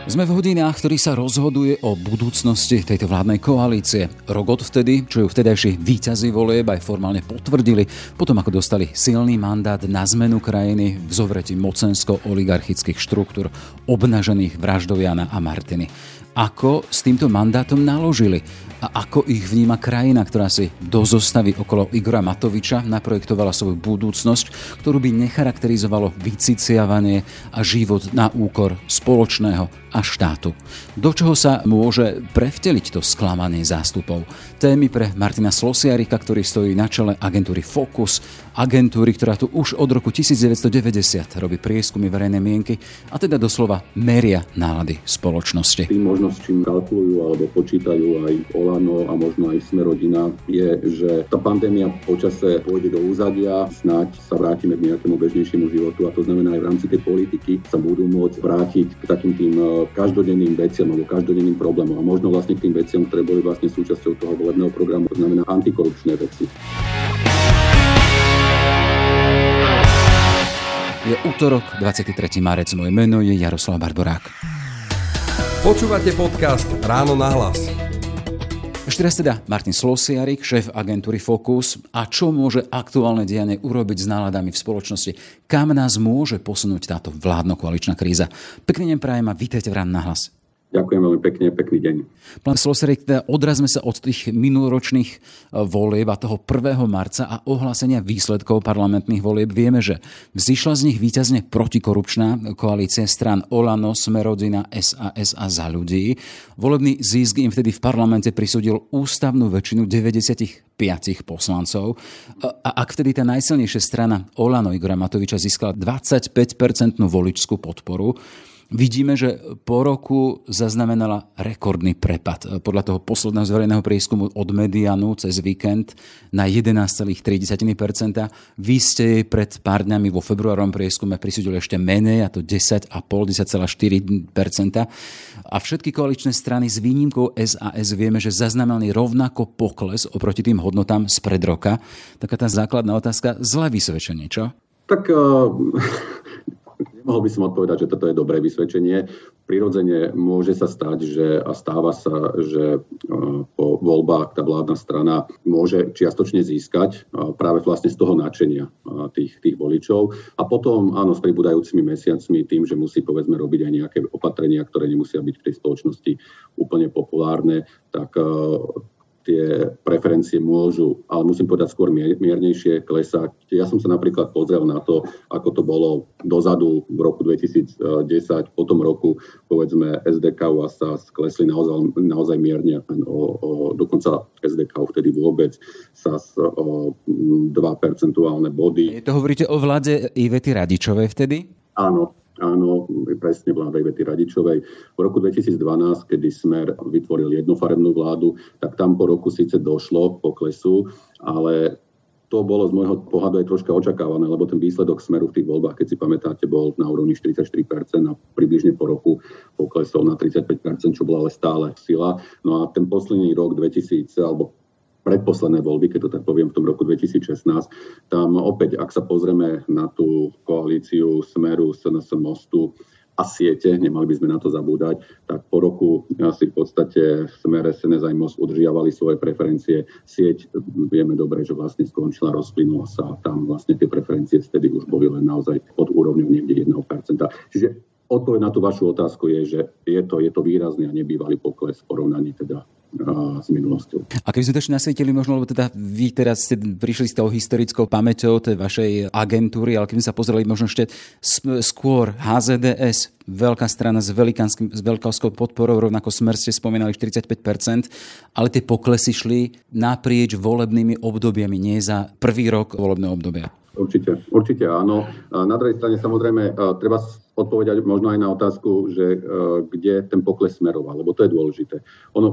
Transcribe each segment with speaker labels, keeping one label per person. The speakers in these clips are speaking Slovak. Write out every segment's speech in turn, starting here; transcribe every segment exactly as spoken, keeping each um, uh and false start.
Speaker 1: Sme v hodinách, ktorý sa rozhoduje o budúcnosti tejto vládnej koalície. Rok odvtedy, čo ju vtedajší víťazi volieb aj formálne potvrdili, potom ako dostali silný mandát na zmenu krajiny v zovretí mocensko-oligarchických štruktúr obnažených vraždou Jana a Martiny. Ako s týmto mandátom naložili? A ako ich vníma krajina, ktorá si do zostavy okolo Igora Matoviča naprojektovala svoju budúcnosť, ktorú by necharakterizovalo vyciciavanie a život na úkor spoločného a štátu. Do čoho sa môže prevteliť to sklamanie zástupov? Témy pre Martina Slosiarika, ktorý stojí na čele agentúry Focus, agentúry, ktorá tu už od roku devätnásťstodeväťdesiat robí prieskumy verejnej mienky a teda doslova meria nálady spoločnosti.
Speaker 2: Tým možno, s čím kalkulujú alebo počítajú aj Olano a možno aj Smer-rodina, je, že tá pandémia počase pôjde do úzadia, snáď sa vrátime k nejakému bežnejšiemu životu a to znamená aj v rámci tej politiky sa budú môcť vrátiť k takým tým každodenným veciam alebo každodenným problémom a možno vlastne k tým veciam, ktoré boli vlastne súčasťou toho volebného programu, to znamená antikorupčné veci.
Speaker 1: Je útorok, dvadsiateho tretieho marca, moje meno je Jaroslav Barborák.
Speaker 3: Počúvate podcast Ráno na hlas.
Speaker 1: Ešte raz teda Martin Slosiarik, šéf agentúry Focus. A čo môže aktuálne dianie urobiť s náladami v spoločnosti? Kam nás môže posunúť táto vládno-koaličná kríza? Pekný deň prajem a vítajte v Ráno na hlas.
Speaker 2: Ďakujem veľmi pekne, pekný deň.
Speaker 1: Pán Slosiarik, teda odrazme sa od tých minuloročných volieb a toho prvého marca a ohlásenia výsledkov parlamentných volieb. Vieme, že vzýšla z nich víťazne protikorupčná koalícia strán Olano, Smer-rodina, es a es a Za ľudí. Volebný zisk im vtedy v parlamente prisúdil ústavnú väčšinu deväťdesiatpäť poslancov. A ak vtedy tá najsilnejšia strana Olano Igora Matoviča získala dvadsaťpäť percent voličskú podporu, vidíme, že po roku zaznamenala rekordný prepad. Podľa toho posledného zverejného prieskumu od Medianu cez víkend na jedenásť celá tri percenta. Vy ste jej pred pár dňami vo februárovom prieskume prisúdili ešte menej, a to desať celá päť, desať celá štyri percenta. A všetky koaličné strany s výnimkou es a es vieme, že zaznamenali rovnako pokles oproti tým hodnotám spred roka. Taká tá základná otázka, zlé vysvedčenie, čo?
Speaker 2: Tak... Uh... Mohol by som odpovedať, že toto je dobré vysvedčenie. Prirodzene môže sa stať, že a stáva sa, že po voľbách tá vládna strana môže čiastočne získať práve vlastne z toho nadšenia tých, tých voličov. A potom, áno, s pribúdajúcimi mesiacmi tým, že musí povedzme robiť aj nejaké opatrenia, ktoré nemusia byť v tej spoločnosti úplne populárne, tak tie preferencie môžu, ale musím povedať skôr miernejšie klesať. Ja som sa napríklad pozrel na to, ako to bolo dozadu v roku dvetisícdesať, po tom roku povedzme es dé ká ú a es a es klesli naozaj, naozaj mierne. O, o, dokonca es dé ká ú vtedy vôbec es a es o dva percentuálne body.
Speaker 1: To hovoríte o vláde Ivety Radičovej vtedy?
Speaker 2: Áno. Áno, presne vláda Ivety Radičovej. V roku dvetisícdvanásť, kedy Smer vytvoril jednofarebnú vládu, tak tam po roku síce došlo k poklesu, ale to bolo z môjho pohľadu aj troška očakávané, lebo ten výsledok Smeru v tých voľbách, keď si pamätáte, bol na úrovni štyridsaťštyri percent a približne po roku poklesol na tridsaťpäť percent, čo bola ale stále sila. No a ten posledný rok dvetisíc, alebo predposledné voľby, keď to tak poviem, v tom roku dvetisícšestnásť, tam opäť, ak sa pozrieme na tú koalíciu Smeru, es en es, Mostu a siete, nemali by sme na to zabúdať, tak po roku asi v podstate Smer, es en es aj Most udržiavali svoje preferencie. Sieť, vieme dobre, že vlastne skončila, rozplynula sa a tam vlastne tie preferencie vtedy už boli len naozaj pod úrovňou niekde jedno percento. Čiže odpoveď na tú vašu otázku je, že je to, je to výrazný a nebývalý pokles v porovnaní teda s minulosťou.
Speaker 1: A keby sme to ešte nasvietili možno, lebo teda vy teraz ste prišli s tou historickou pamäťou tej vašej agentúry, ale keby sme sa pozreli možno ešte skôr há zet dé es, veľká strana s, s veľkou podporou, rovnako Smer ste spomínali štyridsaťpäť percent, ale tie poklesy šli naprieč volebnými obdobiami, nie za prvý rok volebného obdobia.
Speaker 2: Určite, určite áno. Na druhej strane samozrejme treba odpovedať možno aj na otázku, že kde ten pokles smeroval, lebo to je dôležité. Ono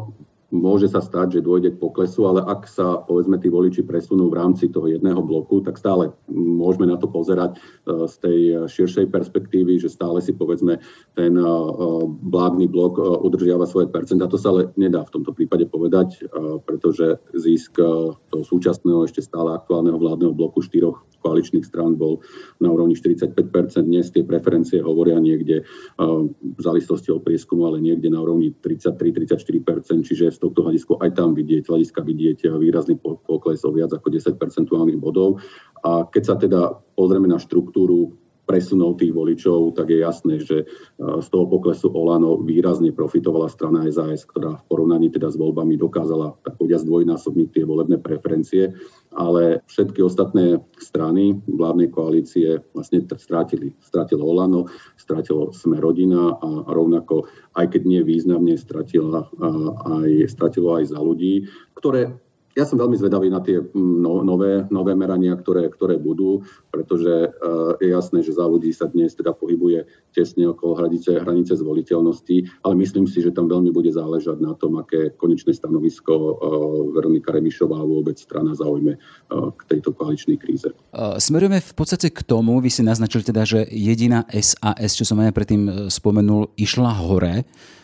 Speaker 2: môže sa stať, že dôjde k poklesu, ale ak sa, povedzme, tí voliči presunú v rámci toho jedného bloku, tak stále môžeme na to pozerať z tej širšej perspektívy, že stále si, povedzme, ten vládny blok udržiava svoje percentá. To sa ale nedá v tomto prípade povedať, pretože zisk toho súčasného, ešte stále aktuálneho vládneho bloku štyroch koaličných strán bol na úrovni štyridsaťpäť percent. Dnes tie preferencie hovoria niekde v závislosti od prieskumu, ale niekde na úrovni tridsaťtri tridsaťštyri percent, čiže z tohto hľadiska aj tam vidieť, hľadiska vidieť výrazný pokles o viac ako desať percentuálnych bodov. A keď sa teda pozrieme na štruktúru presunov tých voličov, tak je jasné, že z toho poklesu Olano výrazne profitovala strana es a es, ktorá v porovnaní teda s voľbami dokázala tak povedať zdvojnásobniť tie volebné preferencie, ale všetky ostatné strany vládnej koalície vlastne strátili. Strátilo Olano, strátilo Sme rodina a rovnako, aj keď nie významne, stratila aj, stratilo aj Za ľudí, ktoré Ja som veľmi zvedavý na tie no, nové, nové merania, ktoré, ktoré budú, pretože uh, je jasné, že Za ľudí sa dnes teda pohybuje tesne okolo hranice, hranice zvoliteľnosti, ale myslím si, že tam veľmi bude záležať na tom, aké konečné stanovisko uh, Veronika Remišová a vôbec strana zaujme uh, k tejto koaličnej kríze.
Speaker 1: Uh, smerujeme v podstate k tomu, vy si naznačili teda, že jediná es a es, čo som aj predtým spomenul, išla hore.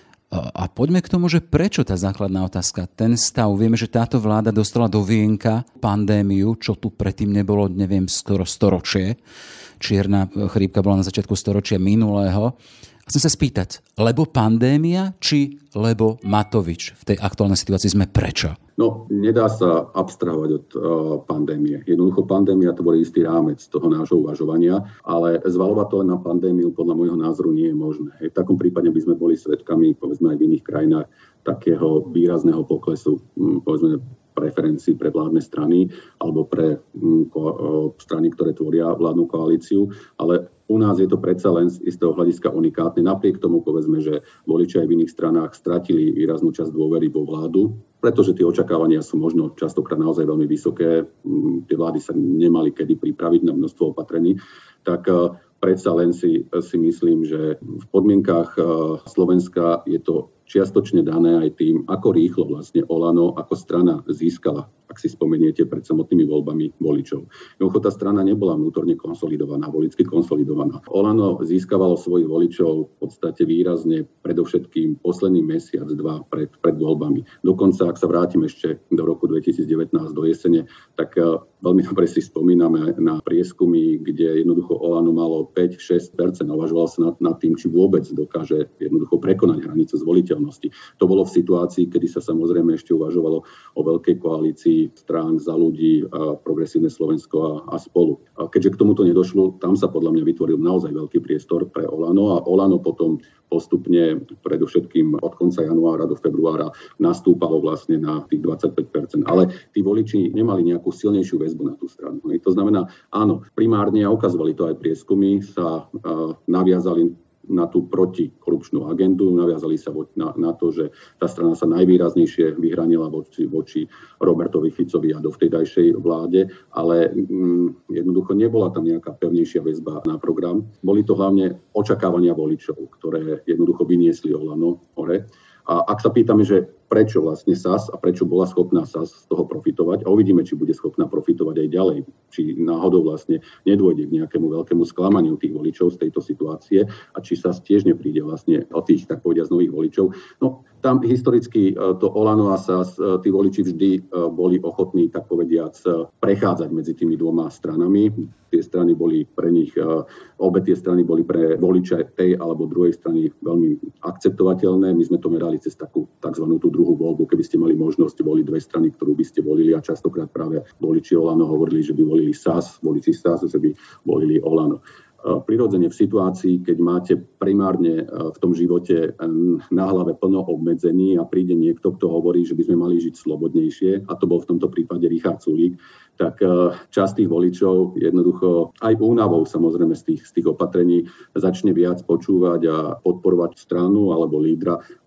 Speaker 1: A poďme k tomu, že prečo tá základná otázka, ten stav. Vieme, že táto vláda dostala do vienka pandémiu, čo tu predtým nebolo, neviem, skoro storočie. Čierna chrípka bola na začiatku storočia minulého. Chcem sa spýtať, lebo pandémia, či lebo Matovič? V tej aktuálnej situácii sme prečo?
Speaker 2: No, nedá sa abstrahovať od uh, pandémie. Jednoducho pandémia to bol istý rámec toho nášho uvažovania, ale zvalovať to len na pandémiu podľa môjho názoru nie je možné. Hej, v takom prípade by sme boli svedkami, povedzme aj v iných krajinách, takého výrazného poklesu, povedzme, preferencií pre vládne strany alebo pre um, ko, uh, strany, ktoré tvoria vládnu koalíciu, ale u nás je to predsa len z istého hľadiska unikátne. Napriek tomu, povedzme, že voliči aj v iných stranách stratili výraznú časť dôvery vo vládu, pretože tie očakávania sú možno častokrát naozaj veľmi vysoké. Tie vlády sa nemali kedy pripraviť na množstvo opatrení. Tak predsa len si, si myslím, že v podmienkách Slovenska je to čiastočne dané aj tým, ako rýchlo vlastne Olano ako strana získala, ak si spomeniete, pred samotnými voľbami voličov. Jednoducho tá strana nebola vnútorne konsolidovaná, voličsky konsolidovaná. Olano získavalo svojich voličov v podstate výrazne, predovšetkým posledný mesiac, dva pred, pred voľbami. Dokonca, ak sa vrátim ešte do roku dvetisícdevätnásť, do jesene, tak veľmi dobre si spomíname na prieskumy, kde jednoducho Olano malo päť až šesť percent. Uvažovalo sa nad, nad tým, či vôbec dokáže jednoducho prekonať hranicu zvoliteľnosti. To bolo v situácii, kedy sa samozrejme ešte uvažovalo o veľkej koalícii strán Za ľudí, a Progresívne Slovensko a, a Spolu. A keďže k tomuto nedošlo, tam sa podľa mňa vytvoril naozaj veľký priestor pre Olano a Olano potom postupne, predovšetkým od konca januára do februára, nastúpalo vlastne na tých dvadsaťpäť percent. Ale tí voliči nemali nejakú silnejšiu väzbu na tú stranu. To znamená, áno, primárne, a ukazovali to aj prieskumy, sa uh, naviazali na tú protikorupčnú agendu, naviazali sa na, na to, že tá strana sa najvýraznejšie vyhranila voči, voči Robertovi Ficovi a dovtedajšej vláde, ale mm, jednoducho nebola tam nejaká pevnejšia väzba na program. Boli to hlavne očakávania voličov, ktoré jednoducho vyniesli Olano hore. A ak sa pýtame, že prečo vlastne es a es a prečo bola schopná es a es z toho profitovať, a uvidíme, či bude schopná profitovať aj ďalej, či náhodou vlastne nedôjde k nejakému veľkému sklamaniu tých voličov z tejto situácie a či es a es tiež nepríde vlastne o tých, tak povediať, z nových voličov. No, tam historicky to Olano a es a es, tí voliči vždy boli ochotní, tak povediac, prechádzať medzi tými dvoma stranami. Tie strany boli pre nich, obe tie strany boli pre voliča tej alebo druhej strany veľmi akceptovateľné. My sme to merali cez takú takzvanú tú druhú voľbu, keby ste mali možnosť voliť dve strany, ktorú by ste volili, a častokrát práve voliči Olano hovorili, že by volili es a es, voliči es a es, že by volili Olano. Prirodzene v situácii, keď máte primárne v tom živote na hlave plno obmedzení a príde niekto, kto hovorí, že by sme mali žiť slobodnejšie, a to bol v tomto prípade Richard Sulík, tak časť tých voličov jednoducho aj únavou samozrejme z tých, z tých opatrení začne viac počúvať a podporovať stranu alebo lídra,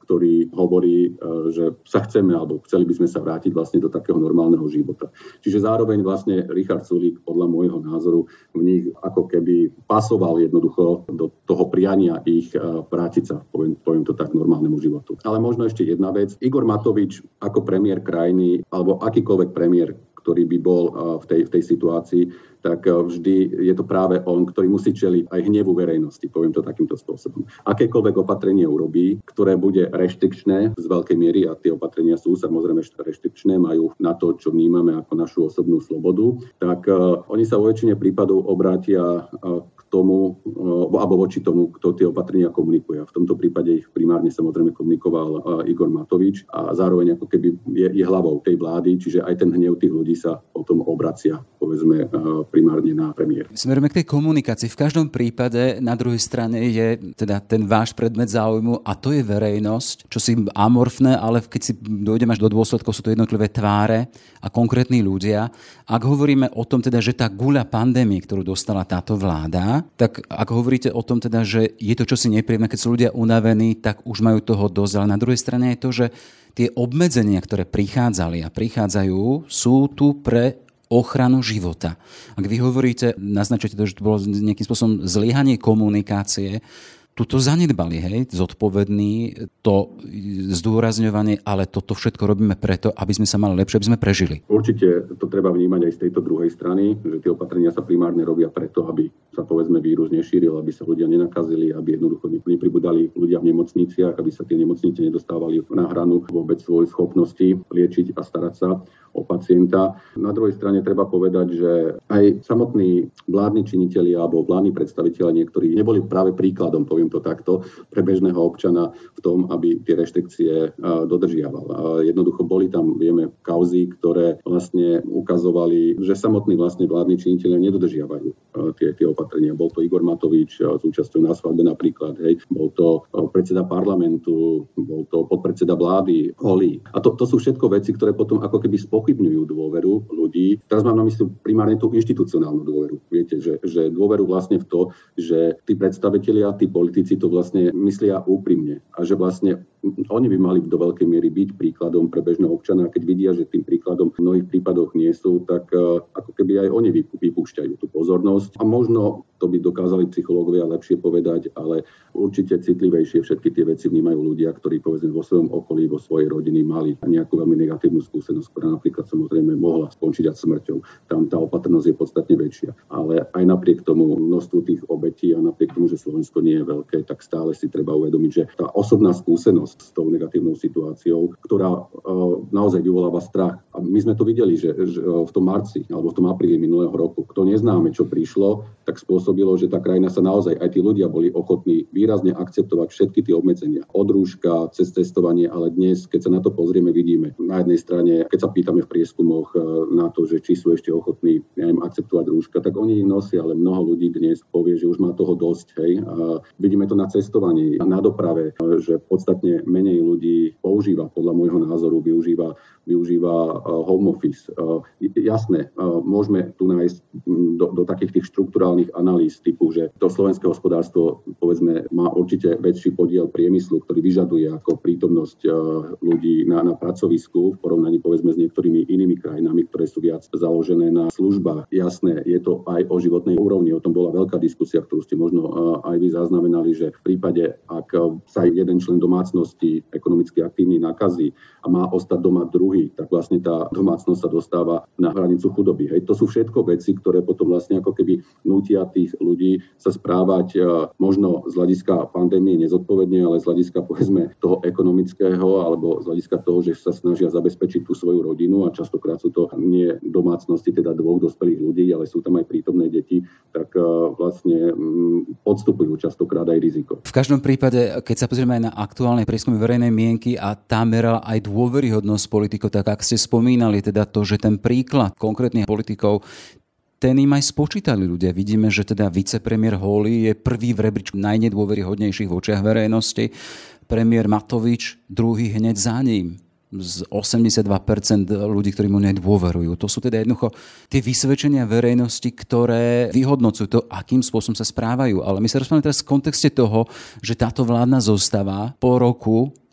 Speaker 2: ktorý hovorí, že sa chceme alebo chceli by sme sa vrátiť vlastne do takého normálneho života. Čiže zároveň vlastne Richard Sulík podľa môjho názoru v nich ako keby pasoval jednoducho do toho priania ich vrátiť sa, poviem, poviem to tak, normálnemu životu. Ale možno ešte jedna vec. Igor Matovič ako premiér krajiny alebo akýkoľvek premiér, ktorý by bol v tej, v tej situácii, tak vždy je to práve on, ktorý musí čeliť aj hnevu verejnosti, poviem to takýmto spôsobom. Akékoľvek opatrenie urobí, ktoré bude reštrikčné z veľkej miery, a tie opatrenia sú samozrejme reštrikčné, majú na to, čo vnímame ako našu osobnú slobodu, tak uh, oni sa vo väčšine prípadov obrátia uh, k tomu, uh, alebo voči tomu, kto tie opatrenia komunikuje. V tomto prípade ich primárne samozrejme komunikoval uh, Igor Matovič a zároveň ako keby je, je hlavou tej vlády, čiže aj ten hnev tých ľudí sa potom obracia, povedzme, uh, primárne na premiér.
Speaker 1: Smerujeme k tej komunikácii. V každom prípade na druhej strane je teda ten váš predmet záujmu a to je verejnosť, čo si amorfné, ale keď si dojdeme až do dôsledkov, sú to jednotlivé tváre a konkrétni ľudia. Ak hovoríme o tom teda, že tá guľa pandémie, ktorú dostala táto vláda, tak ak hovoríte o tom teda, že je to čosi nepríjemné, keď sú ľudia unavení, tak už majú toho dosť. Ale na druhej strane je to, že tie obmedzenia, ktoré prichádzali a prichádzajú, sú tu pre ochranu života. Ak vy hovoríte, naznačujete to, že to bolo nejakým spôsobom zlyhanie komunikácie, tuto zanedbali, hej, zodpovedný, to zdôrazňovanie, ale toto všetko robíme preto, aby sme sa mali lepšie, aby sme prežili.
Speaker 2: Určite to treba vnímať aj z tejto druhej strany, že tie opatrenia sa primárne robia preto, aby sa povedzme vírus nešíril, aby sa ľudia nenakazili, aby jednoducho nepribudali ľudia v nemocniciach, aby sa tie nemocnice nedostávali na hranu vôbec svojej schopnosti liečiť a starať sa o pacienta. Na druhej strane treba povedať, že aj samotní vládni činitelia alebo vládni predstavitelia niektorí neboli práve príkladom, poviem to takto, pre bežného občana v tom, aby tie reštrikcie dodržiaval. Jednoducho boli tam, vieme, kauzy, ktoré vlastne ukazovali, že samotní vlastne vládni činitelia nedodržiavajú tie, tie opatrenia. Bol to Igor Matovič s účasťou na svadbe napríklad, hej. Bol to predseda parlamentu, bol to podpredseda vlády, Holý. A to, to sú všetko veci, ktoré potom ako keby spochybňujú dôveru ľudí. Teraz mám na mysli primárne tú inštitucionálnu dôveru. Viete, že, že dôveru vlastne v to, že tí predstavitelia, tí politici to vlastne myslia úprimne a že vlastne oni by mali do veľkej miery byť príkladom pre bežného občana. Keď vidia, že tým príkladom v mnohých prípadoch nie sú, tak ako keby aj oni vypúšťajú tú pozornosť. A možno to by dokázali psychológovia lepšie povedať, ale určite citlivejšie všetky tie veci vnímajú ľudia, ktorí povedzme vo svojom okolí, vo svojej rodiny mali nejakú veľmi negatívnu skúsenosť, ktorá napríklad samozrejme mohla skončiť aj smrťou. Tam tá opatrnosť je podstatne väčšia. Ale aj napriek tomu množstvu tých obetí a napriek tomu, že Slovensko nie je veľké, tak stále si treba uvedomiť, že tá osobná skúsenosť s tou negatívnou situáciou, ktorá uh, naozaj vyvoláva strach. A my sme to videli, že, že v tom marci alebo v tom apríli minulého roku, kto neznáme, čo prišlo, tak spôsobilo, že tá krajina sa naozaj, aj tí ľudia boli ochotní výrazne akceptovať všetky tie obmedzenia. Od rúška cez testovanie, ale dnes, keď sa na to pozrieme, vidíme na jednej strane, keď sa pýtame v prieskumoch na to, že či sú ešte ochotní, ja neviem, akceptovať rúška, tak oni ich nosia, ale mnoho ľudí dnes povie, že už má toho dosť. Hej. A vidíme to na cestovaní, na doprave, že podstatne menej ľudí používa, podľa môjho názoru, využíva, využíva home office. Jasné, môžeme tu nájsť do, do takých tých štrukturálnych analýz typu, že to slovenské hospodárstvo, povedzme, má určite väčší podiel priemyslu, ktorý vyžaduje ako prítomnosť ľudí na, na pracovisku v porovnaní, povedzme, s niektorými inými krajinami, ktoré sú viac založené na službách. Jasné, je to aj o životnej úrovni. O tom bola veľká diskusia, ktorú ste možno aj vy zaznamenali, že v prípade, ak sa jeden člen domácnosti ekonomicky aktívny nakazí a má ostať doma druhý, tak vlastne tá domácnosť sa dostáva na hranicu chudoby. Hej. To sú všetko veci, ktoré potom vlastne ako keby nútia tých ľudí sa správať možno z hľadiska pandémie nezodpovedne, ale z hľadiska, povedzme, toho ekonomického alebo z hľadiska toho, že sa snažia zabezpečiť tú svoju rodinu a častokrát sú to nie domácnosti teda dvoch dospelých ľudí, ale sú tam aj prítomné deti, tak vlastne podstupujú častokrát aj riziko.
Speaker 1: V každom prípade, keď sa pozrieme aj na aktuálne prieskumy verejnej mienky a tá merala aj dôveryhodnosť politikov, tak ak ste spomínali teda to, že ten príklad konkrétnych politikov, ten im aj spočítali ľudia. Vidíme, že teda vicepremiér Holý je prvý v rebríčku najnedôveryhodnejších v očiach verejnosti. Premiér Matovič druhý hneď za ním. Z osemdesiatdva percent ľudí, ktorí mu nedôverujú. To sú teda jednoducho tie vysvedčenia verejnosti, ktoré vyhodnocujú to, akým spôsobom sa správajú. Ale my sa rozprávame teraz v kontexte toho, že táto vládna zostava po roku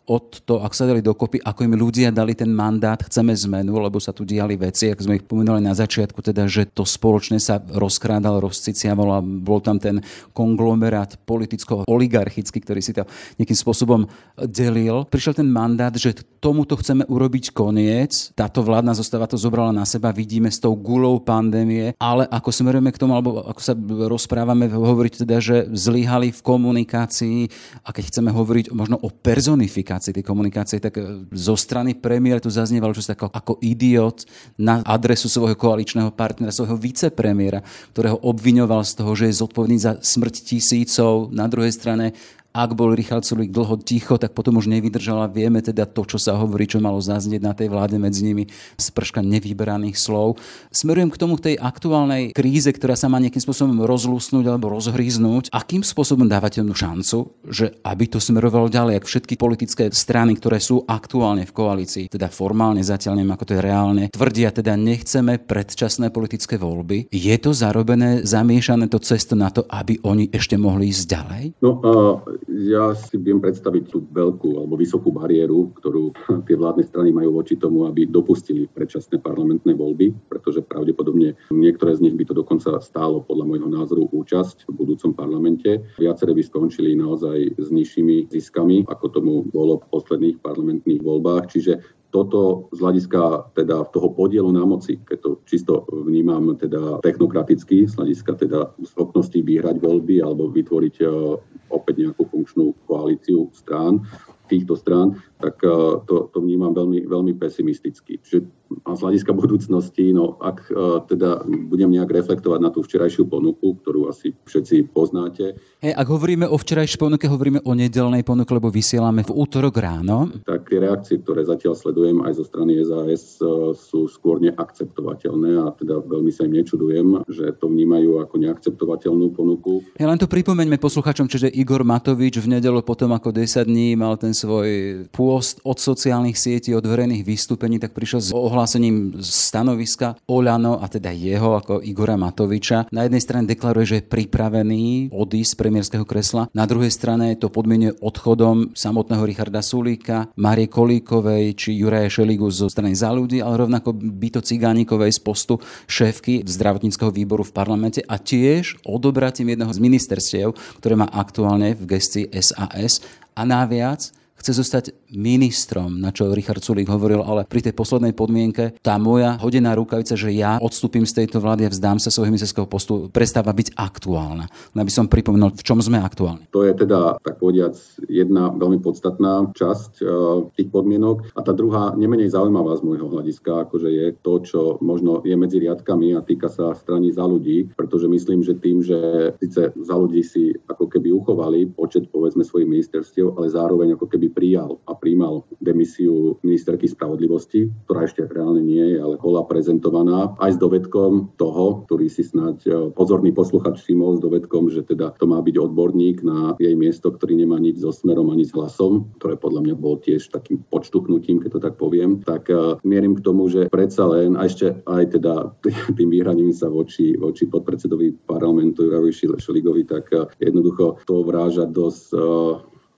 Speaker 1: od toho, ako sa dali dokopy, ako im ľudia dali ten mandát, chceme zmenu, lebo sa tu diali veci, ako sme ich pomenuli na začiatku, teda, že to spoločne sa rozkrádalo, rozciciavalo a bol tam ten konglomerát politicko-oligarchický, ktorý si to nejakým spôsobom delil. Prišiel ten mandát, že tomuto chceme urobiť koniec. Táto vládna zostava to zobrala na seba, vidíme s tou gulou pandémie, ale ako smerujeme k tomu, alebo ako sa rozprávame, hovoriť teda, že zlyhali v komunikácii a keď chceme hovoriť možno o personifikácii tej komunikácie, tak zo strany premiéra tu zaznievalo čosi ako, ako idiot na adresu svojho koaličného partnera, svojho vicepremiéra, ktorého obviňoval z toho, že je zodpovedný za smrť tisícov. Na druhej strane, ak bol Richard Sulík dlho ticho, tak potom už nevydržal a vieme teda to, čo sa hovorí, čo malo zaznieť na tej vláde medzi nimi, sprška nevyberaných slov. Smerujem k tomu, k tej aktuálnej kríze, ktorá sa má nejakým spôsobom rozlúsnuť alebo rozhryznúť. Akým spôsobom dávate mu šancu, že aby to smerovalo ďalej, ak všetky politické strany, ktoré sú aktuálne v koalícii, teda formálne, zatiaľ neviem, ako to je reálne, tvrdia teda nechceme predčasné politické voľby. Je to zarobené, zamiešané to cesto na to, aby oni ešte mohli ísť ďalej?
Speaker 2: No, uh... Ja si viem predstaviť tú veľkú alebo vysokú bariéru, ktorú tie vládne strany majú voči tomu, aby dopustili predčasné parlamentné voľby, pretože pravdepodobne niektoré z nich by to dokonca stálo podľa môjho názoru účasť v budúcom parlamente. Viaceré by skončili naozaj s nižšími ziskami, ako tomu bolo v posledných parlamentných voľbách. Čiže toto z hľadiska teda toho podielu na moci, keď to čisto vnímam teda technokraticky, z hľadiska teda schopnosti vyhrať voľby alebo vytvoriť opäť nejakú funkčnú koalíciu strán, týchto strán, tak to, to vnímam veľmi, veľmi pesimisticky. Čiže a z hľadiska budúcnosti, no ak uh, teda budem nejak reflektovať na tú včerajšiu ponuku, ktorú asi všetci poznáte.
Speaker 1: Hey, ak hovoríme o včerajšej ponuke, hovoríme o nedeľnej ponuke, lebo vysielame v útorok ráno.
Speaker 2: Tak tie reakcie, ktoré zatiaľ sledujem aj zo strany es a es, uh, sú skôr neakceptovateľné a teda veľmi sa im nečudujem, že to vnímajú ako neakceptovateľnú ponuku.
Speaker 1: Ja len to pripomeňme posluchačom, čiže Igor Matovič v nedeľu potom ako desať dní mal ten svoj pôst od sociálnych sietí, od verejných vystúpení, tak prišiel s ohlásením stanoviska Oľano, a teda jeho ako Igora Matoviča. Na jednej strane deklaruje, že je pripravený odísť z premiérskeho kresla, na druhej strane to podmienuje odchodom samotného Richarda Sulíka, Márie Kolíkovej či Juraja Šeligu zo strany Za ľudí, ale rovnako Bito Cigánikovej z postu šéfky zdravotníckeho výboru v parlamente a tiež odobratím jedného z ministerstiev, ktoré má aktuálne v gestii es a es a naviac chce zostať ministrom, na čo Richard Sulík hovoril, ale pri tej poslednej podmienke tá moja hodená rukavica, že ja odstúpim z tejto vlády a vzdám sa svojho ministerského postu, prestáva byť aktuálna. Aby som pripomenul, v čom sme aktuálni.
Speaker 2: To je teda, tak povediac, jedna veľmi podstatná časť uh, tých podmienok. A tá druhá, nemenej zaujímavá z môjho hľadiska, akože je to, čo možno je medzi riadkami a týka sa strany Za ľudí, pretože myslím, že tým, že síce Za ľudí si ako keby uchovali počet, povedzme, svojich ministerstiev, ale zároveň ako keby prijal a prijímal demisiu ministerky spravodlivosti, ktorá ešte reálne nie je, ale bola prezentovaná aj s dovedkom toho, ktorý si snáď pozorný posluchač všimol, s dovedkom, že teda to má byť odborník na jej miesto, ktorý nemá nič so Smerom ani s Hlasom, ktoré podľa mňa bolo tiež takým podštuknutím, keď to tak poviem. Tak uh, mierim k tomu, že predsa len, a ešte aj teda tým výhraním sa voči, voči podpredsedovi parlamentu Jurajovi Šeligovi, tak uh, jednoducho to vráža dosť uh,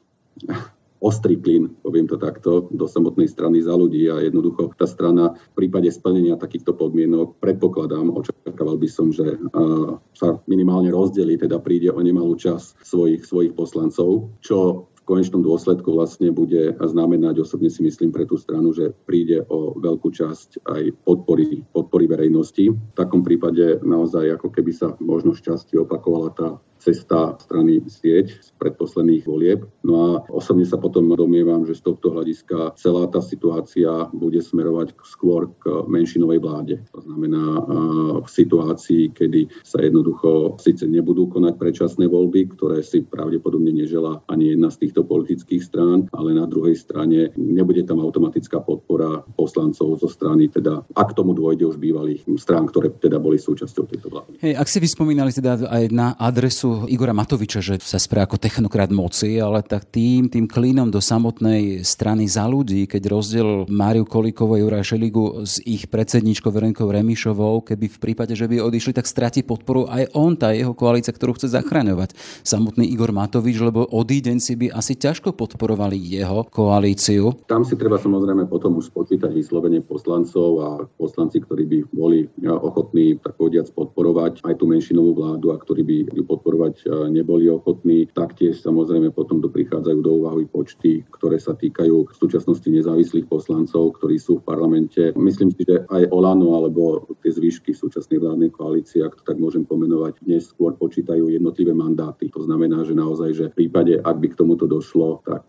Speaker 2: ostrý klin, poviem to takto, do samotnej strany Za ľudí a jednoducho tá strana v prípade splnenia takýchto podmienok, predpokladám, očakával by som, že uh, sa minimálne rozdelí, teda príde o nemalú časť svojich, svojich poslancov, čo v konečnom dôsledku vlastne bude znamenať, osobne si myslím pre tú stranu, že príde o veľkú časť aj podpory, podpory verejnosti. V takom prípade naozaj ako keby sa možno šťastie opakovala tá cesta strany sieť z predposledných volieb. No a osobne sa potom domnievam, že z tohto hľadiska celá tá situácia bude smerovať skôr k menšinovej vláde. To znamená v situácii, kedy sa jednoducho síce nebudú konať predčasné voľby, ktoré si pravdepodobne neželá ani jedna z týchto politických strán, ale na druhej strane nebude tam automatická podpora poslancov zo strany, teda ak tomu dôjde už bývalých strán, ktoré teda boli súčasťou tejto vlády.
Speaker 1: Hej, ak si vyspomínali teda aj na adresu toho Igora Matoviča, že sa správa ako technokrat moci, ale tak tým, tým klínom do samotnej strany Za ľudí, keď rozdiel Máriu Kolíkovú a Juraja Šeligu s ich predsedníčkou Veronikou Remišovou, keby v prípade, že by odišli, tak stratí podporu aj on, tá jeho koalícia, ktorú chce zachraňovať. Samotný Igor Matovič, lebo odídenci by asi ťažko podporovali jeho koalíciu.
Speaker 2: Tam si treba samozrejme potom už spočítať vyslovene poslancov a poslanci, ktorí by boli ochotní, tak povediac, podporovať aj tú menšinovú vládu a ktorí by ju podporovať neboli ochotní. Taktiež samozrejme potom tu prichádzajú do úvahy počty, ktoré sa týkajú v súčasnosti nezávislých poslancov, ktorí sú v parlamente. Myslím si, že aj Olano alebo tie zvyšky súčasnej vládnej koalície, ak to tak môžem pomenovať, dnes skôr počítajú jednotlivé mandáty. To znamená, že naozaj, že v prípade, ak by k tomuto došlo, tak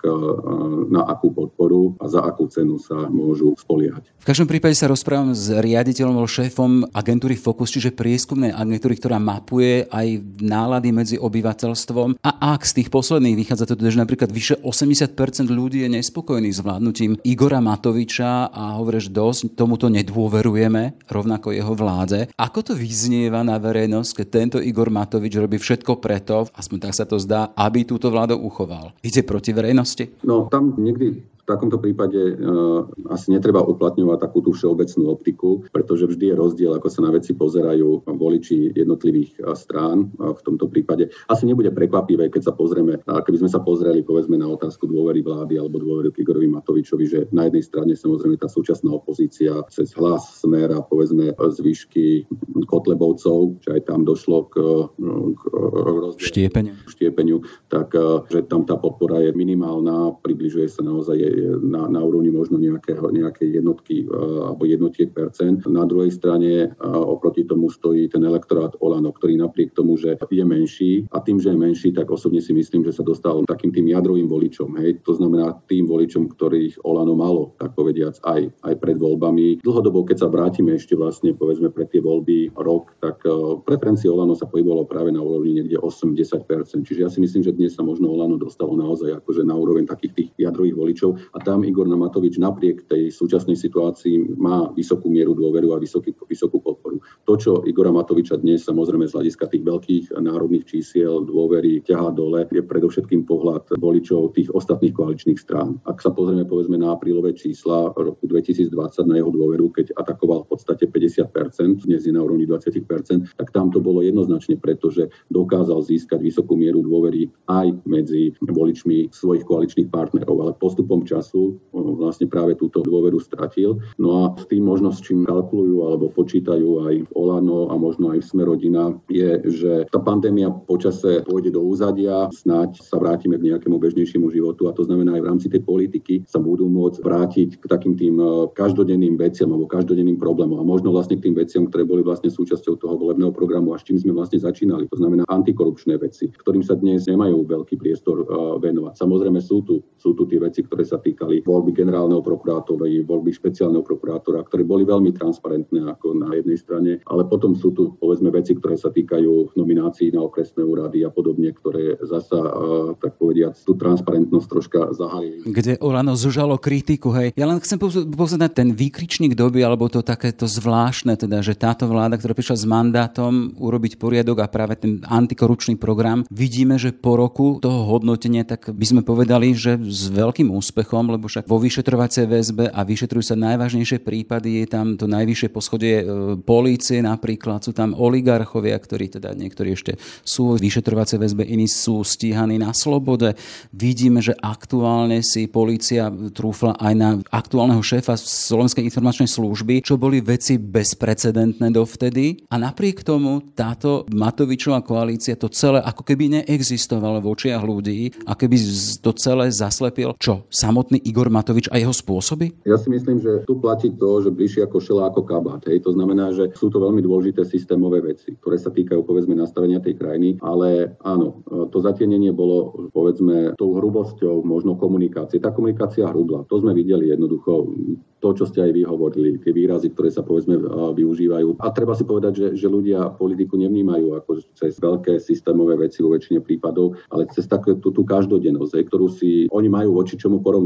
Speaker 2: na akú podporu a za akú cenu sa môžu spoliehať.
Speaker 1: V každom prípade sa rozprávam s riaditeľom alebo šéfom agentúry Focus, čiže prieskumnej agentúry, ktorá mapuje aj nálady medzi obyvateľstvom. A ak z tých posledných vychádza to, že napríklad vyše osemdesiat percent ľudí je nespokojných s vládnutím Igora Matoviča a hovorí, že dosť tomuto nedôverujeme, rovnako jeho vláde. Ako to vyznieva na verejnosť, keď tento Igor Matovič robí všetko preto, aspoň tak sa to zdá, aby túto vládu uchoval? Ide proti verejnosti?
Speaker 2: No, tam niekdy v takomto prípade e, asi netreba uplatňovať takú tú všeobecnú optiku, pretože vždy je rozdiel, ako sa na veci pozerajú voliči jednotlivých strán. A v tomto prípade asi nebude prekvapivé, keď sa pozrieme, keby sme sa pozreli povedzme na otázku dôvery vlády alebo dôvery k Igorovi Matovičovi, že na jednej strane samozrejme tá súčasná opozícia cez Hlas, Smer a povedzme zvyšky Kotlebovcov, že aj tam došlo k, k rozdielu,
Speaker 1: štiepeniu.
Speaker 2: štiepeniu, tak že tam tá podpora je minimálna, približuje sa naozaj Na, na úrovni možno nejakého, nejakej jednotky uh, alebo jednotiek percent. Na druhej strane uh, oproti tomu stojí ten elektorát Olano, ktorý napriek tomu, že je menší a tým, že je menší, tak osobne si myslím, že sa dostal takým tým jadrovým voličom. Hej. To znamená tým voličom, ktorých Olano malo, tak povediac, aj, aj pred voľbami. Dlhodobo, keď sa vrátime ešte vlastne, povedzme, pred tie voľby rok, tak uh, preferencie Olano sa pohybovalo práve na úrovni niekde osem až desať percent. Čiže ja si myslím, že dnes sa možno Olano dostalo naozaj akože na úroveň takých tých jadrových voličov. A tam Igor Matovič napriek tej súčasnej situácii má vysokú mieru dôveru a vysoký, vysokú podporu. To, čo Igora Matoviča dnes samozrejme z hľadiska tých veľkých národných čísiel dôvery ťahá dole, je predovšetkým pohľad voličov tých ostatných koaličných strán. Ak sa pozrieme povedzme na aprílové čísla roku dvetisícdvadsať na jeho dôveru, keď atakoval v podstate päťdesiat percent, dnes je na úrovni dvadsať percent, tak tam to bolo jednoznačne preto, že dokázal získať vysokú mieru dôvery aj medzi voličmi svojich koaličných partnerov, ale postupom času vlastne práve túto dôveru stratil. No a s tým možno, s čím kalkulujú alebo počítajú aj Olano a možno aj Smer rodina, je, že tá pandémia počase pôjde do úzadia, snáď sa vrátime k nejakému bežnejšiemu životu a to znamená aj v rámci tej politiky sa budú môcť vrátiť k takým tým každodenným veciam alebo každodenným problémom a možno vlastne k tým veciam, ktoré boli vlastne súčasťou toho volebného programu a s čím sme vlastne začínali. To znamená antikorupčné veci, ktorým sa dnes nemajú veľký priestor venovať. Samozrejme sú tu, sú tu tie veci, ktoré sa týkali voľby generálneho prokurátora, voľby špeciálneho prokurátora, ktoré boli veľmi transparentné ako na jednej strane, ale potom sú tu povedzme veci, ktoré sa týkajú nominácií na okresné úrady a podobne, ktoré zasa tak povediac tú transparentnosť troška zahalili.
Speaker 1: Kde Olano zužalo kritiku, hej. Ja len chcem pozrieť ten výkričník doby, alebo to takéto zvláštne, teda, že táto vláda, ktorá prišla s mandátom urobiť poriadok a práve ten antikorupčný program, vidíme, že po roku toho hodnotenia, tak by sme povedali, že s veľkým úspechom, lebo však vo vyšetrovacej väzbe a vyšetrujú sa najvážnejšie prípady, je tam to najvyššie poschodie e, polície napríklad, sú tam oligarchovia, ktorí teda niektorí ešte sú v vyšetrovacej väzbe, iní sú stíhaní na slobode. Vidíme, že aktuálne si polícia trúfla aj na aktuálneho šéfa Slovenskej informačnej služby, čo boli veci bezprecedentné dovtedy a napriek tomu táto Matovičová koalícia to celé ako keby neexistovalo v očiach ľudí a keby to celé zaslepil čo? Samotný Igor Matovič a jeho spôsoby?
Speaker 2: Ja si myslím, že tu platí to, že bližšie ako šela ako kabát. Hej. To znamená, že sú to veľmi dôležité systémové veci, ktoré sa týkajú povedzme nastavenia tej krajiny, ale áno, to zatienenie bolo povedzme tou hrubosťou možno komunikácie. Tá komunikácia hrubla. To sme videli jednoducho. To, čo ste aj vy hovorili, tie výrazy, ktoré sa povedzme využívajú. A treba si povedať, že, že ľudia politiku nevnímajú ako cez veľké systémové veci vo väčšine prípadov, ale cez takú tú, tú každodennosť, ktorú si oni majú voči čomu porovnať.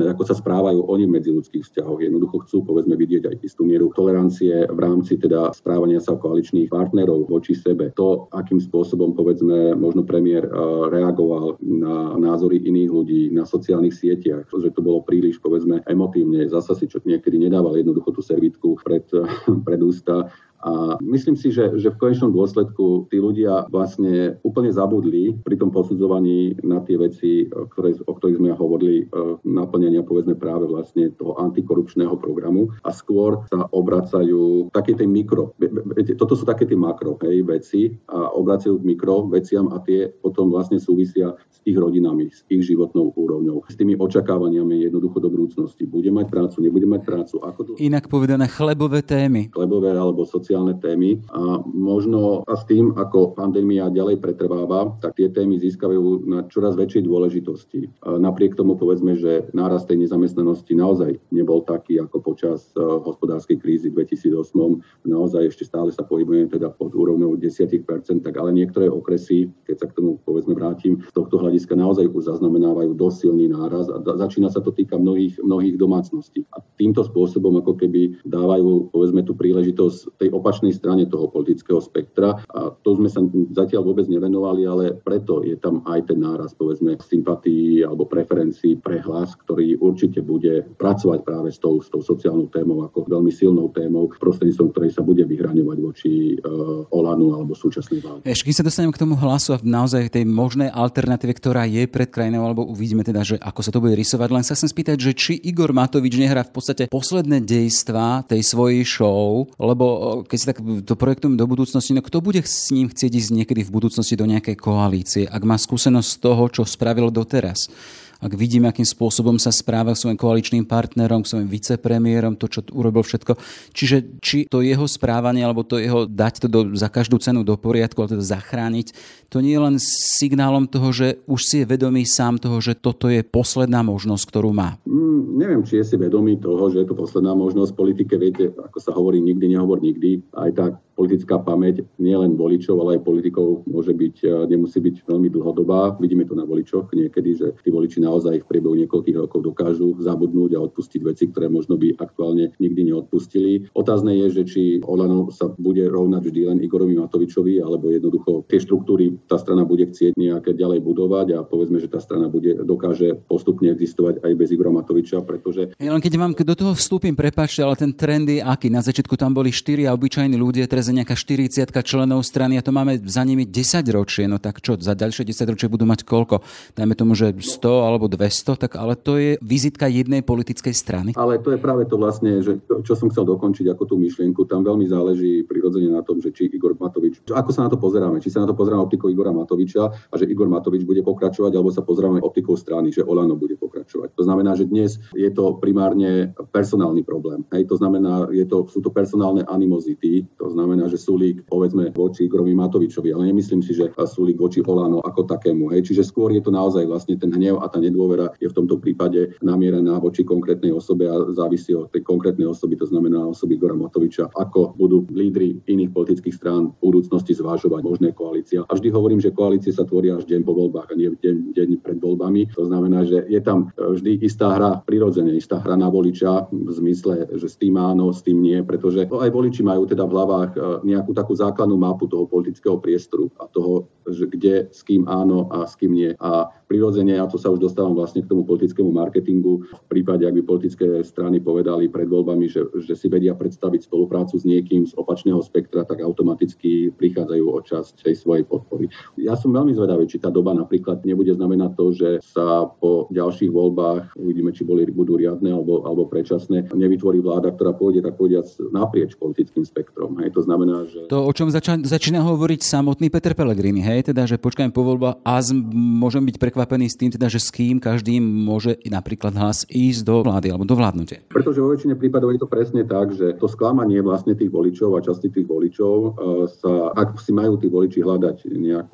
Speaker 2: porovnať, ako sa správajú oni v medziľudských vzťahoch. Jednoducho chcú, povedzme, vidieť aj istú mieru tolerancie v rámci teda správania sa koaličných partnerov voči sebe. To, akým spôsobom, povedzme, možno premiér reagoval na názory iných ľudí na sociálnych sieťach, že to bolo príliš, povedzme, emotívne. Zasa si čo niekedy nedával jednoducho tú servítku pred, pred ústa. A myslím si, že, že v konečnom dôsledku tí ľudia vlastne úplne zabudli pri tom posudzovaní na tie veci, ktoré, o ktorých sme hovorili, naplňania povedzme práve vlastne toho antikorupčného programu a skôr sa obracajú také tie mikro. Toto sú také tie makro hej, veci a obracajú k mikro veciam a tie potom vlastne súvisia s ich rodinami, s ich životnou úrovňou, s tými očakávaniami jednoducho do budúcnosti. Bude mať prácu, nebude mať prácu. Ako to...
Speaker 1: Inak povedané chlebové témy.
Speaker 2: Chlebové alebo sociálne témy a možno a s tým, ako pandémia ďalej pretrváva, tak tie témy získavajú na čoraz väčšej dôležitosti. A napriek tomu povedzme, že nárast tej nezamestnanosti naozaj nebol taký ako počas uh, hospodárskej krízy dvetisícosem. Naozaj ešte stále sa pohybujeme teda pod úrovňou desať percent, tak ale niektoré okresy, keď sa k tomu povedzme vrátim, z tohto hľadiska naozaj už zaznamenávajú dosť silný náraz a da- začína sa to týka mnohých, mnohých domácností. A týmto spôsobom ako keby dávajú povedzme tú príležitosť tej opačnej strane toho politického spektra a to sme sa zatiaľ vôbec nevenovali, ale preto je tam aj ten náraz povedzme sympatí alebo preferencií pre Hlas, ktorý určite bude pracovať práve s tou, s tou sociálnou témou ako veľmi silnou témou, prostredníctvom ktorej sa bude vyhraňovať voči uh, Olanu alebo súčasnej vláde.
Speaker 1: Ešte keď sa dostaneme k tomu Hlasu a naozaj tej možnej alternatíve, ktorá je pred krajinou, alebo uvidíme teda, že ako sa to bude rysovať, len sa chcem spýtať, že či Igor Matovič nehrá v podstate posledné dejstvá tej svojej show, lebo keď si tak to projektujem do budúcnosti, no kto bude s ním chcieť ísť niekedy v budúcnosti do nejakej koalície, ak má skúsenosť z toho, čo spravil doteraz? Ak vidíme, akým spôsobom sa správa svojim koaličným partnerom, svojim vicepremiérom, to, čo urobil všetko. Čiže či to jeho správanie, alebo to jeho dať to do, za každú cenu do poriadku, ale teda zachrániť, to nie je len signálom toho, že už si je vedomý sám toho, že toto je posledná možnosť, ktorú má.
Speaker 2: Mm, neviem, či je si vedomý toho, že je to posledná možnosť. V politike, viete, ako sa hovorí, nikdy nehovor nikdy. Aj tak politická pamäť nie len voličov, ale aj politikov môže byť, nemusí byť veľmi dlhodobá. Vidíme to na voličoch niekedy, že tí voliči naozaj v priebehu niekoľkých rokov dokážu zabudnúť a odpustiť veci, ktoré možno by aktuálne nikdy neodpustili. Otázne je, že či Olano sa bude rovnať vždy len Igorovi Matovičovi, alebo jednoducho tie štruktúry tá strana bude chcieť nejaké ďalej budovať a povedzme, že tá strana bude dokáže postupne existovať aj bez Igora Matoviča, pretože...
Speaker 1: Ja len keď vám do toho vstúpim, prepáčte, ale ten trend je aký? Na začiatku tam boli štyria obyčajní ľudia, teraz je nejaká štyridsiatka členov strany a to máme za nimi desaťročie. No tak čo, za ďalšie desaťročie budú mať koľko? Dajme tomu, že sto alebo dvesto, tak ale to je vizitka jednej politickej strany.
Speaker 2: Ale to je práve to vlastne, že čo som chcel dokončiť ako tú myšlienku, tam veľmi záleží prirodzene na tom, že či Igor Matovič, čo, ako sa na to pozeráme, či sa na to pozeráme optikou Igora Matoviča a že Igor Matovič bude pokračovať, alebo sa pozeráme optikou strany, že Olano bude pokračovať. To znamená, že dnes je to primárne personálny problém. Hej, to znamená, je to, sú to personálne animozity, to znamená, že Sulík povedzme voči Igorovi Matovičovi, ale nemyslím si, že Sulík voči Olano ako takému. Hej, čiže skôr je to naozaj vlastne ten hnev a tá nedôvera je v tomto prípade namierená voči konkrétnej osobe a závisí od tej konkrétnej osoby, to znamená osoby Igora Matoviča, ako budú lídri iných politických strán v budúcnosti zvážovať možné koalície. A vždy hovorím, že koalície sa tvoria až deň po voľbách a nie deň, deň pred voľbami. To znamená, že je tam vždy istá hra, prirodzene istá hra na voliča v zmysle, že s tým áno, s tým nie, pretože aj voliči majú teda v hlavách nejakú takú základnú mapu toho politického priestoru a toho, že kde, s kým áno a s kým nie. A prirodzene, a to sa už dostávam vlastne k tomu politickému marketingu, v prípade, ak by politické strany povedali pred voľbami, že, že si vedia predstaviť spoluprácu s niekým z opačného spektra, tak automaticky prichádzajú o časť tej svojej podpory. Ja som veľmi zvedavý, či tá doba napríklad nebude znamenať to, že sa po ďalších voľbách, uvidíme, či boli, budú riadne alebo, alebo predčasné, nevytvorí vláda, ktorá pôjde tak povediac naprieč politickým spektrom. Hej, to znamená, že...
Speaker 1: To, o čom zača- začína hovoriť samotný Peter Pellegrini, hej, teda, že počkajme po voľbách a z- môžem byť prekvapený s tým, teda, že s kým každý môže napríklad Hlas ísť do vlády alebo do vládnutia.
Speaker 2: Pretože vo väčšine prípadov je to presne tak, že to sklamanie vlastne tých voličov a časti tých voličov sa, ak si majú tí voliči hľadať nejakú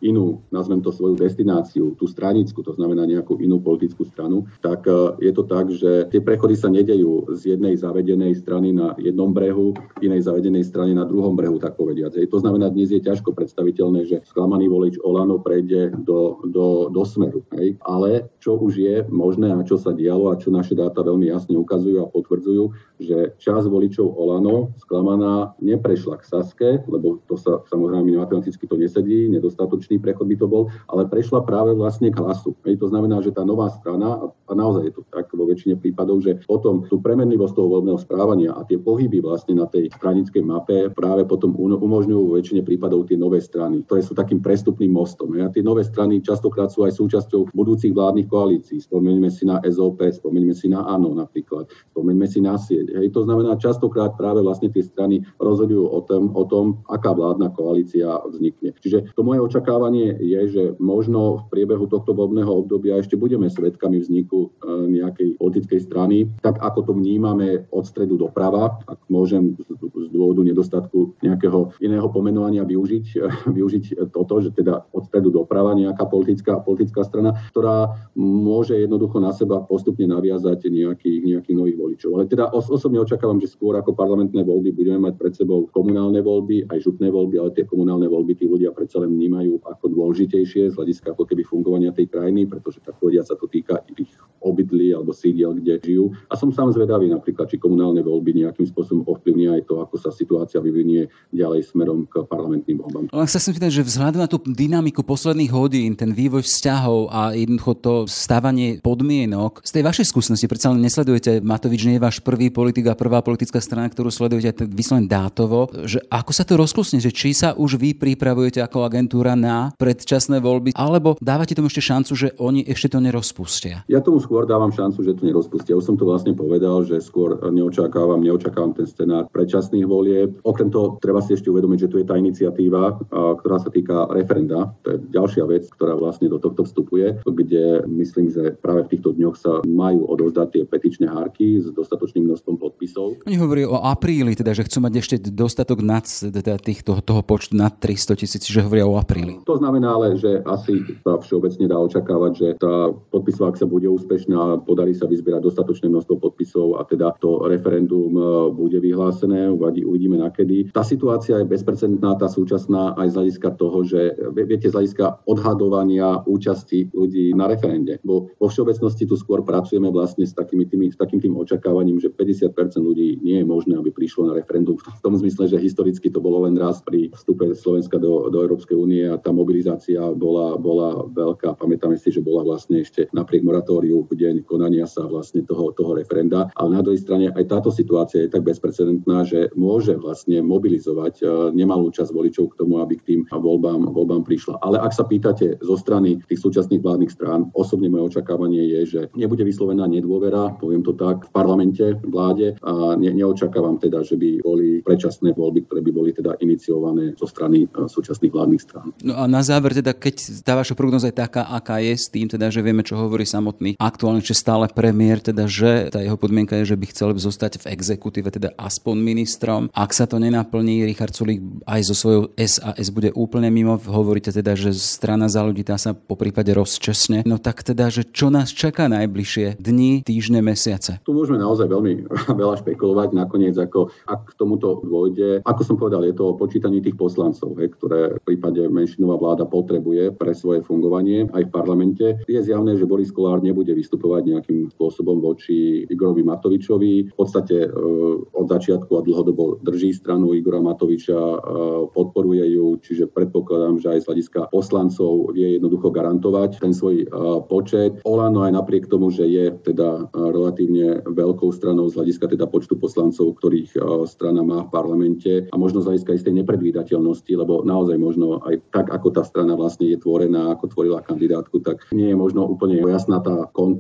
Speaker 2: inú, nazvem to svoju destináciu, tú stranickú, to znamená nejakú inú politickú stranu, tak je to tak, že tie prechody sa nedejú z jednej zavedenej strany na jednom brehu, inej zavedenej strany na druhom brehu, tak povediať. To znamená, dnes je ťažko predstaviteľné, že sklamaný volič Olano prejde do, do, do Smeru. Hej. Ale čo už je možné a čo sa dialo a čo naše dáta veľmi jasne ukazujú a potvrdzujú, že časť voličov Olano sklamaná neprešla k Saske, lebo to sa samozrejme matematicky to nesedí, nedostatočný prechod by to bol, ale prešla práve vlastne k Hlasu. Hej. To znamená, že tá nová strana, a naozaj je to tak vo väčšine prípadov, že potom tú premenlivosť toho voľného správania a tie pohyby vlastne na tej stranickej mape práve potom umožňujú vo väčšine prípadov tie nové strany, ktoré sú takým prestupným mostom. A tie nové strany častokrát sú aj súčasťou budúcich vládnych koalícií. Spomeňme si na es o pé, spomeňme si na Áno napríklad, spomeňme si na Sieť. Hej. To znamená, častokrát práve vlastne tie strany rozhodujú o tom, o tom, aká vládna koalícia vznikne. Čiže to moje očakávanie je, že možno v priebehu tohto voľbného obdobia ešte budeme svedkami vzniku nejakej politickej strany, tak ako to vnímame od stredu doprava, ak môžem z dôvodu nedostatku nejakého iného pomenovania využiť, využiť toto, že teda od stredu doprava nejaká politická, politická strana, ktorá môže jednoducho na seba postupne naviazať nejakých, nejakých nových voličov. Ale teda os- osobne očakávam, že skôr ako parlamentné voľby budeme mať pred sebou komunálne voľby, aj župné voľby, ale tie komunálne voľby tí ľudia predsa len vnímajú ako dôležitejšie z hľadiska ako keby fungovania tej krajiny, pretože tak povedia sa to týka ich obydlí alebo sídiel, kde žijú. A som sám zvedavý napríklad, či komunálne voľby nejakým spôsobom ovplyvnia aj to, ako sa situácia vyvinie ďalej smerom k parlamentným voľbám.
Speaker 1: Len sa chcem pýtať, že vzhľadom na tú dynamiku posledných hodín, ten vývoj vzťahov a jednoducho to stávanie podmienok, z tej vašej skúsenosti predsa len nesledujete, Matovič nie je váš prvý politik a prvá politická strana, ktorú sledujete vyslovene dátovo, že ako sa to rozklusne, že či sa už vy pripravujete ako agentúra na predčasné voľby, alebo dávate tomu ešte šancu, že oni ešte to nerozpustia?
Speaker 2: Ja tomu skôr dávam šancu, že to nerozpustia. Už som to vlastne povedal, že skôr neočakávam, neočakávam ten scenár predčasných volieb. Okrem toho treba si ešte uvedomiť, že tu je tá iniciatíva, ktorá sa týka referenda. To je ďalšia vec, ktorá vlastne do tohto vstupuje, kde myslím, že práve v týchto dňoch sa majú odovzdať tie petičné hárky s dostatočným množstvom podpisov.
Speaker 1: Oni hovorí o apríli, teda, že chcú mať ešte dostatok nad teda týchto, toho počtu nad tristo tisíc, že hovoria o apríli.
Speaker 2: To znamená ale, že asi sa všeobecne dá očakávať, že tá podpisová akcia bude úspešná, podarí sa vyzbierať dostatočné množstvo podpisov a teda to referendum bude vyhlásené, uvidíme nakedy. Tá situácia je bezprecedentná, tá súčasná aj z hľadiska toho, že viete, z hľadiska odhadovania účasti ľudí na referende. Bo vo všeobecnosti tu skôr pracujeme vlastne s, takými tými, s takým tým očakávaním, že päťdesiat percent ľudí nie je možné, aby prišlo na referendum. V tom zmysle, že historicky to bolo len raz pri vstupe Slovenska do, do Európskej únie a tá mobilizácia bola, bola veľká. Pamätáme si, že bola vlastne ešte napriek moratóriu v deň konania sa vlastne toho, toho referenda. Ale na druhej strane aj táto situácia je tak bezprecedentná, že môže vlastne mobilizovať nemalú časť voličov k tomu, aby k tým voľbám, voľbám prišla. Ale ak sa pýtate zo strany tých súčasných vládnych strán, osobne moje očakávanie je, že nebude vyslovená nedôvera, poviem to tak, v parlamente, vláde a ne, neočakávam teda, že by boli predčasné voľby, ktoré by boli teda iniciované zo strany súčasných vládnych strán.
Speaker 1: No a na záver teda, keď tá vaša prognoza je taká, aká je, s tým teda, že vieme, čo hovorí samotný aktuálne, že stále premiér, teda, že tá jeho podmienka je, že by chcel zostať v exekutíve, teda aspoň ministrom. Ak sa to nenaplní, Richard Sulík aj so svojou es a es bude úplne mimo. Hovoríte teda, že strana Za ľudí tá sa poprípade rozčesne. No tak teda, že čo nás čaká najbližšie dni, týždne, mesiace?
Speaker 2: Tu môžeme naozaj veľmi veľa špekulovať. Nakoniec, ako, ak k tomuto dôjde, ako som povedal, je to o počítaní tých poslancov, he, ktoré v prípade menšinová vláda potrebuje pre svoje fungovanie aj v parlamente. Je zjavné, že Boris Kollár nebude vystupovať nejakým spôsobom voči Igorovi Matovičovi. V podstate e, od začiatku a dlhodobo drží stranu Igora Matoviča, e, podporuje ju, čiže predpokladám, že aj z hľadiska poslancov vie jednoducho garantovať ten svoj e, počet. Olano aj napriek tomu, že je teda e, relatívne veľkou stranou z hľadiska teda počtu poslancov, ktorých e, strana má v parlamente a možno z hľadiska istej nepredvídateľnosti, lebo naozaj možno aj tak, ako tá strana vlastne je tvorená, ako tvorila kandidátku, tak nie je možno úplne jasná tá kontrola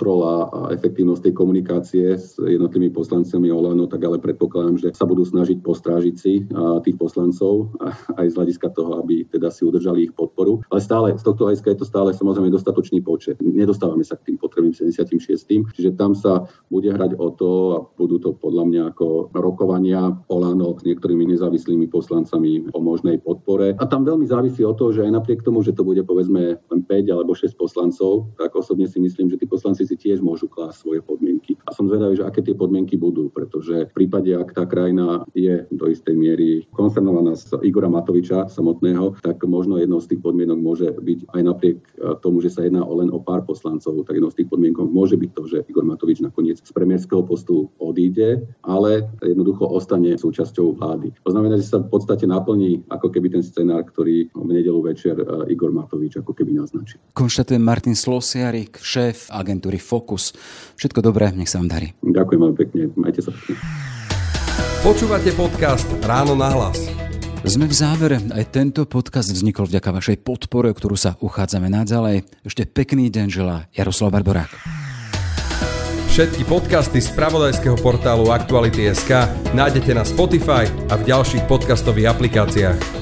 Speaker 2: kontrola a efektívnosť tej komunikácie s jednotlivými poslancami Olano, tak ale predpokladám, že sa budú snažiť postrážiť si tých poslancov aj z hľadiska toho, aby teda si udržali ich podporu. Ale stále, z tohto hľadiska je to stále samozrejme dostatočný počet. Nedostávame sa k tým potrebným sedemdesiatšesť, čiže tam sa bude hrať o to a budú to podľa mňa ako rokovania Olano s niektorými nezávislými poslancami o možnej podpore. A tam veľmi závisí od toho, že aj napriek tomu, že to bude povedzme len päť alebo šesť poslancov, tak osobne si myslím, že tí poslanci si tiež môžu klásť svoje podmienky. A som zvedavý, že aké tie podmienky budú, pretože v prípade, ak tá krajina je do istej miery koncernovaná z Igora Matoviča samotného, tak možno jednou z tých podmienok môže byť aj napriek tomu, že sa jedná len o pár poslancov, tak jednou z tých podmienok môže byť to, že Igor Matovič nakoniec z premiérskeho postu odíde, ale jednoducho ostane súčasťou vlády. To znamená, že sa v podstate naplní ako keby ten scenár, ktorý v nedeľu večer Igor Matovič ako keby naznačil.
Speaker 1: Konštatuje Martin Slosiarik, šéf agentúry Focus. Všetko dobré, nech sa vám darí.
Speaker 2: Ďakujem veľmi pekne, majte sa pekne.
Speaker 3: Počúvate podcast Ráno na hlas.
Speaker 1: Sme v závere. Aj tento podcast vznikol vďaka vašej podpore, o ktorú sa uchádzame naďalej. Ešte pekný deň želá Jaroslav Barborák.
Speaker 3: Všetky podcasty z spravodajského portálu Aktuality bodka es ká nájdete na Spotify a v ďalších podcastových aplikáciách.